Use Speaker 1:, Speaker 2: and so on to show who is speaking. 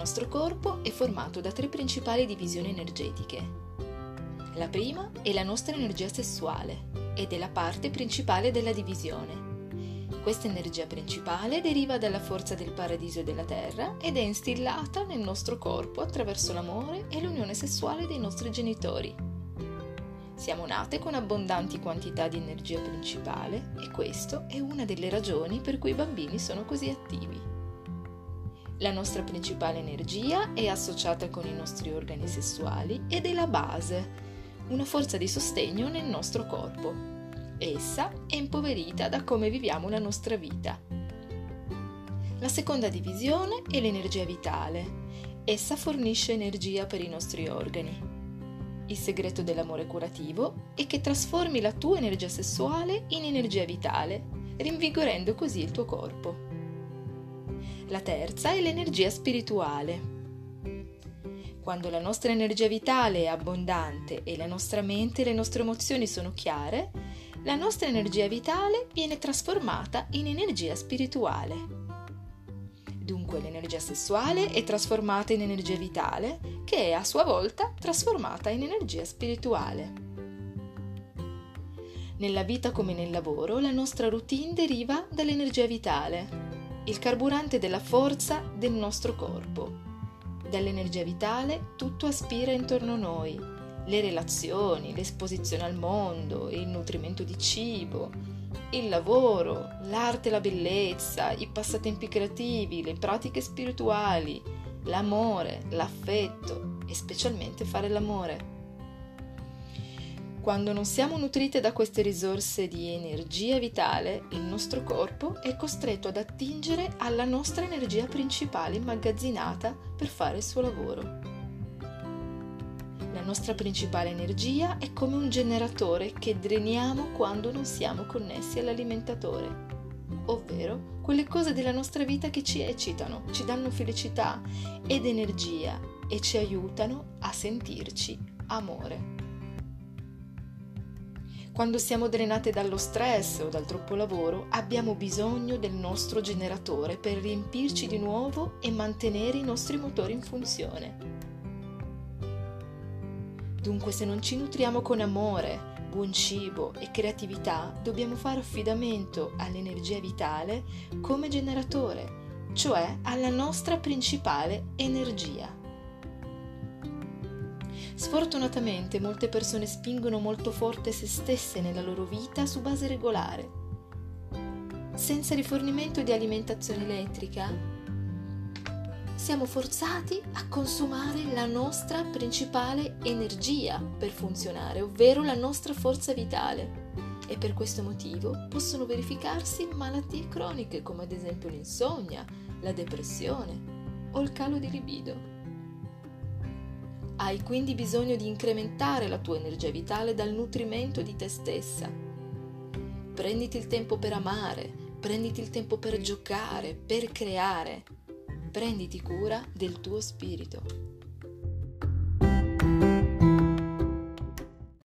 Speaker 1: nostro corpo è formato da 3 principali divisioni energetiche. La prima è la nostra energia sessuale ed è la parte principale della divisione. Questa energia principale deriva dalla forza del paradiso della terra ed è instillata nel nostro corpo attraverso l'amore e l'unione sessuale dei nostri genitori. Siamo nate con abbondanti quantità di energia principale e questo è una delle ragioni per cui i bambini sono così attivi. La nostra principale energia è associata con i nostri organi sessuali ed è la base, una forza di sostegno nel nostro corpo. Essa è impoverita da come viviamo la nostra vita. La seconda divisione è l'energia vitale. Essa fornisce energia per i nostri organi. Il segreto dell'amore curativo è che trasformi la tua energia sessuale in energia vitale, rinvigorendo così il tuo corpo. La terza è l'energia spirituale. Quando la nostra energia vitale è abbondante e la nostra mente e le nostre emozioni sono chiare, la nostra energia vitale viene trasformata in energia spirituale. Dunque l'energia sessuale è trasformata in energia vitale, che è a sua volta trasformata in energia spirituale. Nella vita come nel lavoro, la nostra routine deriva dall'energia vitale, il carburante della forza del nostro corpo. Dall'energia vitale tutto aspira intorno a noi, le relazioni, l'esposizione al mondo, il nutrimento di cibo, il lavoro, l'arte e la bellezza, i passatempi creativi, le pratiche spirituali, l'amore, l'affetto e specialmente fare l'amore. Quando non siamo nutrite da queste risorse di energia vitale, il nostro corpo è costretto ad attingere alla nostra energia principale immagazzinata per fare il suo lavoro. La nostra principale energia è come un generatore che dreniamo quando non siamo connessi all'alimentatore, ovvero quelle cose della nostra vita che ci eccitano, ci danno felicità ed energia e ci aiutano a sentirci amore. Quando siamo drenate dallo stress o dal troppo lavoro, abbiamo bisogno del nostro generatore per riempirci di nuovo e mantenere i nostri motori in funzione. Dunque, se non ci nutriamo con amore, buon cibo e creatività, dobbiamo fare affidamento all'energia vitale come generatore, cioè alla nostra principale energia. Sfortunatamente molte persone spingono molto forte se stesse nella loro vita su base regolare. Senza rifornimento di alimentazione elettrica, siamo forzati a consumare la nostra principale energia per funzionare, ovvero la nostra forza vitale. E per questo motivo possono verificarsi malattie croniche come ad esempio l'insonnia, la depressione o il calo di libido. Hai quindi bisogno di incrementare la tua energia vitale dal nutrimento di te stessa. Prenditi il tempo per amare, prenditi il tempo per giocare, per creare. Prenditi cura del tuo spirito.